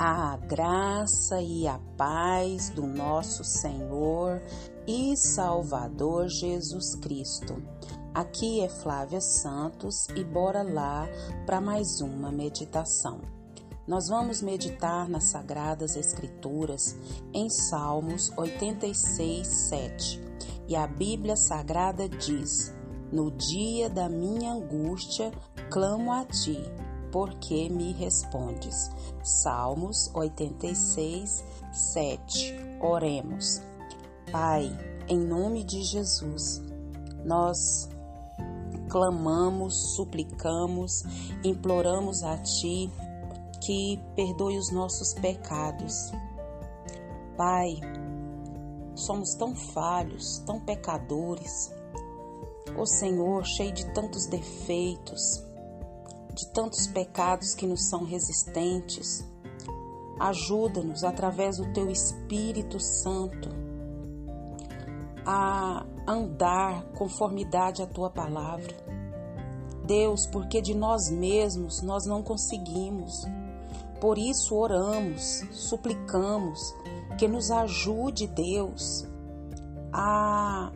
A graça e a paz do nosso Senhor e Salvador Jesus Cristo. Aqui é Flávia Santos e bora lá para mais uma meditação. Nós vamos meditar nas Sagradas Escrituras em Salmos 86, 7. E a Bíblia Sagrada diz: no dia da minha angústia, clamo a ti, porque me respondes. Salmos 86, 7. Oremos. Pai, em nome de Jesus, nós clamamos, suplicamos, imploramos a ti que perdoe os nossos pecados. Pai, somos tão falhos, tão pecadores. Ó Senhor, cheio de tantos defeitos, de tantos pecados que nos são resistentes. Ajuda-nos, através do Teu Espírito Santo, a andar conformidade à Tua Palavra. Deus, porque de nós mesmos nós não conseguimos. Por isso oramos, suplicamos que nos ajude, Deus, a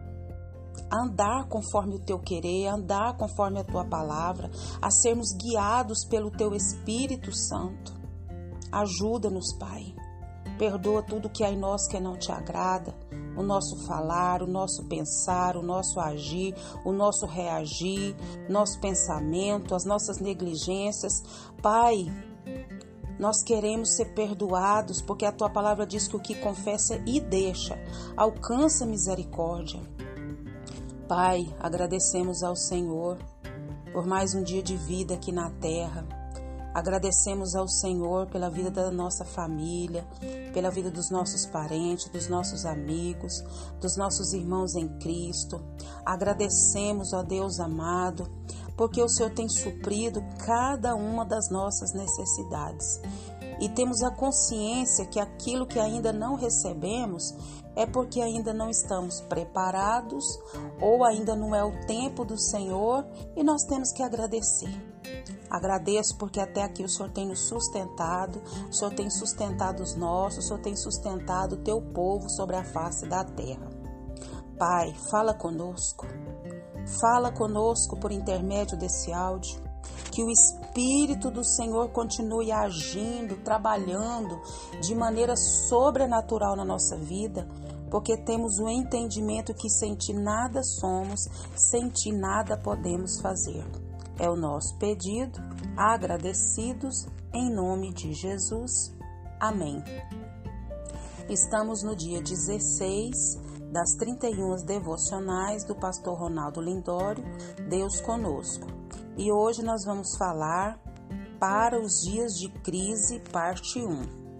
andar conforme o Teu querer, a andar conforme a Tua Palavra, a sermos guiados pelo Teu Espírito Santo. Ajuda-nos, Pai. Perdoa tudo que há em nós que não Te agrada, o nosso falar, o nosso pensar, o nosso agir, o nosso reagir, nosso pensamento, as nossas negligências. Pai, nós queremos ser perdoados, porque a Tua Palavra diz que o que confessa e deixa alcança misericórdia. Pai, agradecemos ao Senhor por mais um dia de vida aqui na terra. Agradecemos ao Senhor pela vida da nossa família, pela vida dos nossos parentes, dos nossos amigos, dos nossos irmãos em Cristo. Agradecemos, ó Deus amado, porque o Senhor tem suprido cada uma das nossas necessidades. E temos a consciência que aquilo que ainda não recebemos é porque ainda não estamos preparados ou ainda não é o tempo do Senhor e nós temos que agradecer. Agradeço porque até aqui o Senhor tem nos sustentado, o Senhor tem sustentado os nossos, o Senhor tem sustentado o Teu povo sobre a face da terra. Pai, fala conosco por intermédio desse áudio, que o Espírito do Senhor continue agindo, trabalhando de maneira sobrenatural na nossa vida, porque temos o entendimento que sem Ti nada somos, sem Ti nada podemos fazer. É o nosso pedido, agradecidos, em nome de Jesus. Amém. Estamos no dia 16 das 31 devocionais do pastor Ronaldo Lindório, Deus Conosco. E hoje nós vamos falar para os dias de crise, parte 1.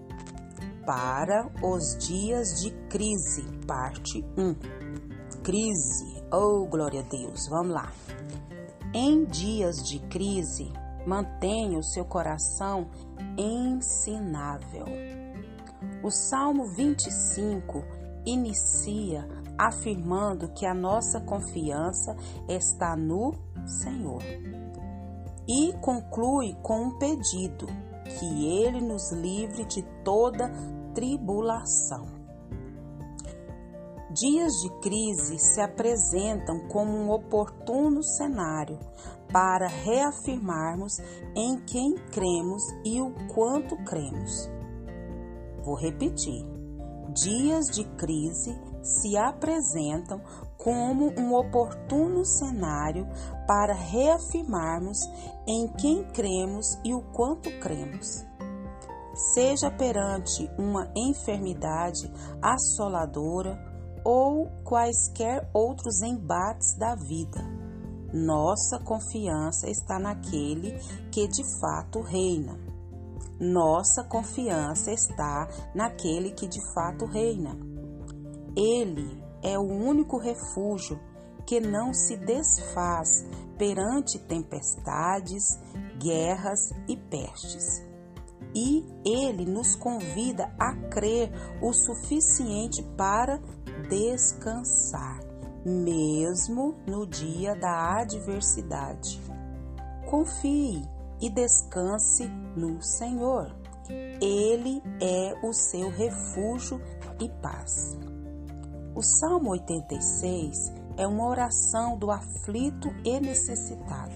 Para os dias de crise, parte 1. Crise, oh glória a Deus, vamos lá. Em dias de crise, mantenha o seu coração ensinável. O Salmo 25 inicia afirmando que a nossa confiança está no Senhor. E conclui com um pedido, que Ele nos livre de toda tribulação. Dias de crise se apresentam como um oportuno cenário para reafirmarmos em quem cremos e o quanto cremos. Vou repetir. Dias de crise se apresentam como um oportuno cenário para reafirmarmos em quem cremos e o quanto cremos. Seja perante uma enfermidade assoladora ou quaisquer outros embates da vida, nossa confiança está naquele que de fato reina. Nossa confiança está naquele que de fato reina. Ele é o único refúgio que não se desfaz perante tempestades, guerras e pestes. E Ele nos convida a crer o suficiente para descansar, mesmo no dia da adversidade. Confie e descanse no Senhor. Ele é o seu refúgio e paz. O Salmo 86 é uma oração do aflito e necessitado,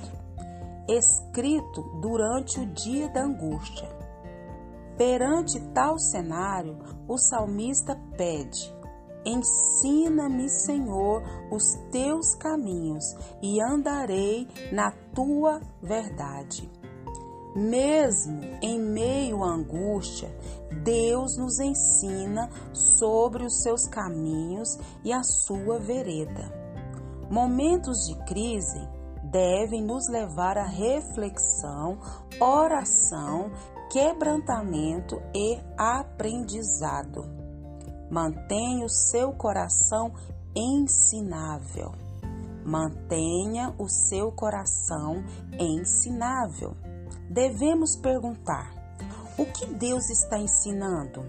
escrito durante o dia da angústia. Perante tal cenário, o salmista pede: ensina-me, Senhor, os teus caminhos e andarei na tua verdade. Mesmo em meio à angústia, Deus nos ensina sobre os seus caminhos e a sua vereda. Momentos de crise devem nos levar à reflexão, oração, quebrantamento e aprendizado. Mantenha o seu coração ensinável. Mantenha o seu coração ensinável. Devemos perguntar: o que Deus está ensinando?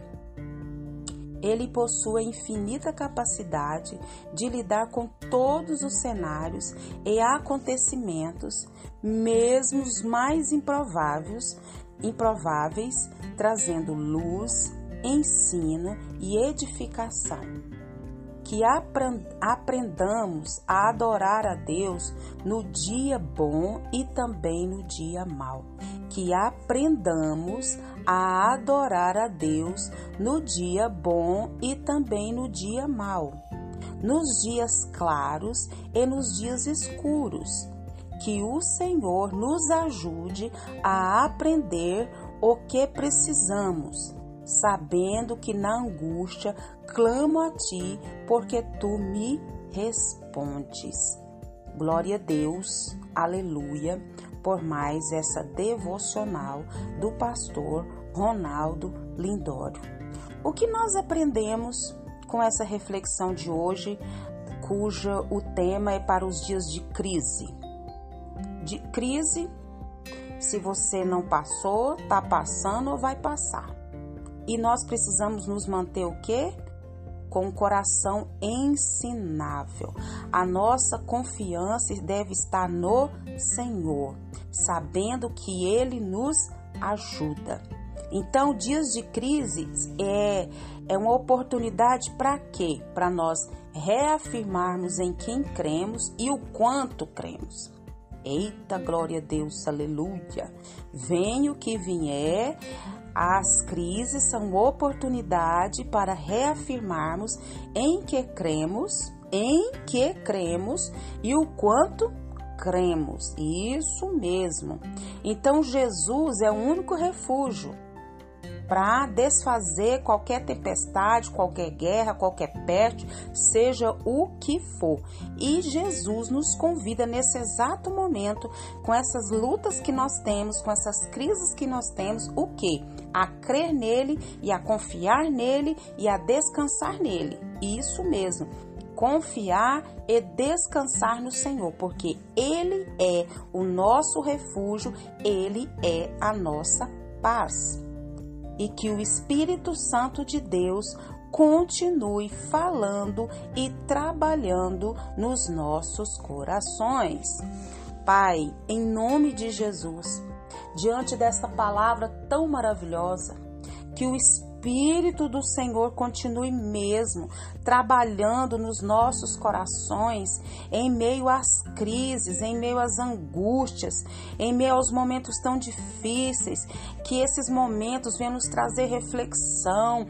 Ele possui a infinita capacidade de lidar com todos os cenários e acontecimentos, mesmo os mais improváveis, trazendo luz, ensino e edificação. Que aprendamos a adorar a Deus no dia bom e também no dia mau. Que aprendamos a adorar a Deus no dia bom e também no dia mau. Nos dias claros e nos dias escuros. Que o Senhor nos ajude a aprender o que precisamos, sabendo que na angústia clamo a ti, porque tu me respondes. Glória a Deus, aleluia, por mais essa devocional do pastor Ronaldo Lindório. O que nós aprendemos com essa reflexão de hoje, cujo o tema é para os dias de crise? De crise, se você não passou, está passando ou vai passar. E nós precisamos nos manter o quê? Com o coração ensinável. A nossa confiança deve estar no Senhor, sabendo que Ele nos ajuda. Então, dias de crise é uma oportunidade para quê? Para nós reafirmarmos em quem cremos e o quanto cremos. Eita, glória a Deus, aleluia. Venha o que vier, as crises são oportunidade para reafirmarmos em que cremos e o quanto cremos. Isso mesmo. Então, Jesus é o único refúgio para desfazer qualquer tempestade, qualquer guerra, qualquer peste, seja o que for. E Jesus nos convida nesse exato momento, com essas lutas que nós temos, com essas crises que nós temos, o quê? A crer nele e a confiar nele e a descansar nele. Isso mesmo. Confiar e descansar no Senhor, porque Ele é o nosso refúgio, Ele é a nossa paz. E que o Espírito Santo de Deus continue falando e trabalhando nos nossos corações. Pai, em nome de Jesus, diante desta palavra tão maravilhosa, que o Espírito do Senhor continue mesmo trabalhando nos nossos corações, em meio às crises, em meio às angústias, em meio aos momentos tão difíceis, que esses momentos venham nos trazer reflexão,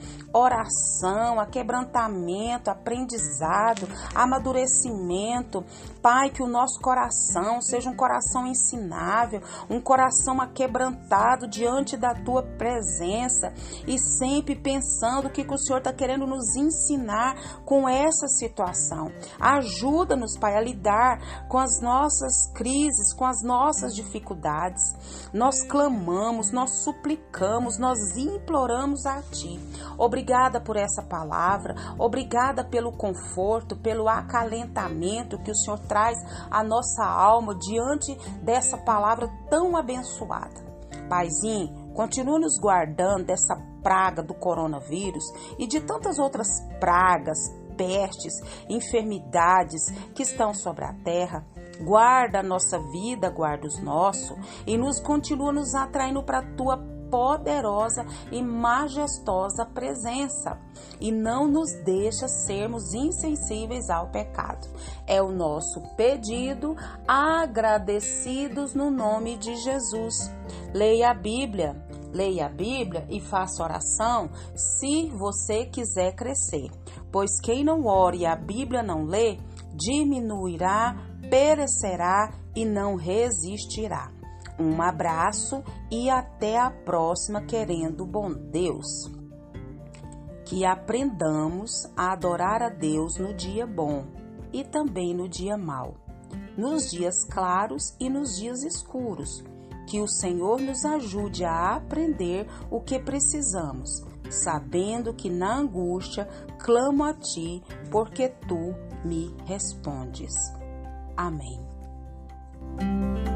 oração, aquebrantamento, aprendizado, amadurecimento. Pai, que o nosso coração seja um coração ensinável, um coração aquebrantado diante da Tua presença e sempre pensando o que o Senhor está querendo nos ensinar com essa situação. Ajuda-nos, Pai, a lidar com as nossas crises, com as nossas dificuldades. Nós clamamos, nós suplicamos, nós imploramos a Ti. Obrigada por essa palavra, obrigada pelo conforto, pelo acalentamento que o Senhor traz à nossa alma diante dessa palavra tão abençoada. Paizinho, continua nos guardando dessa praga do coronavírus e de tantas outras pragas, pestes, enfermidades que estão sobre a terra. Guarda a nossa vida, guarda os nossos e continua nos atraindo para a Tua poderosa e majestosa presença e não nos deixa sermos insensíveis ao pecado. É o nosso pedido, agradecidos no nome de Jesus. Leia a Bíblia e faça oração se você quiser crescer, pois quem não ore e a Bíblia não lê, diminuirá, perecerá e não resistirá. Um abraço e até a próxima, querendo bom Deus. Que aprendamos a adorar a Deus no dia bom e também no dia mau, nos dias claros e nos dias escuros. Que o Senhor nos ajude a aprender o que precisamos, sabendo que na angústia clamo a Ti, porque Tu me respondes. Amém.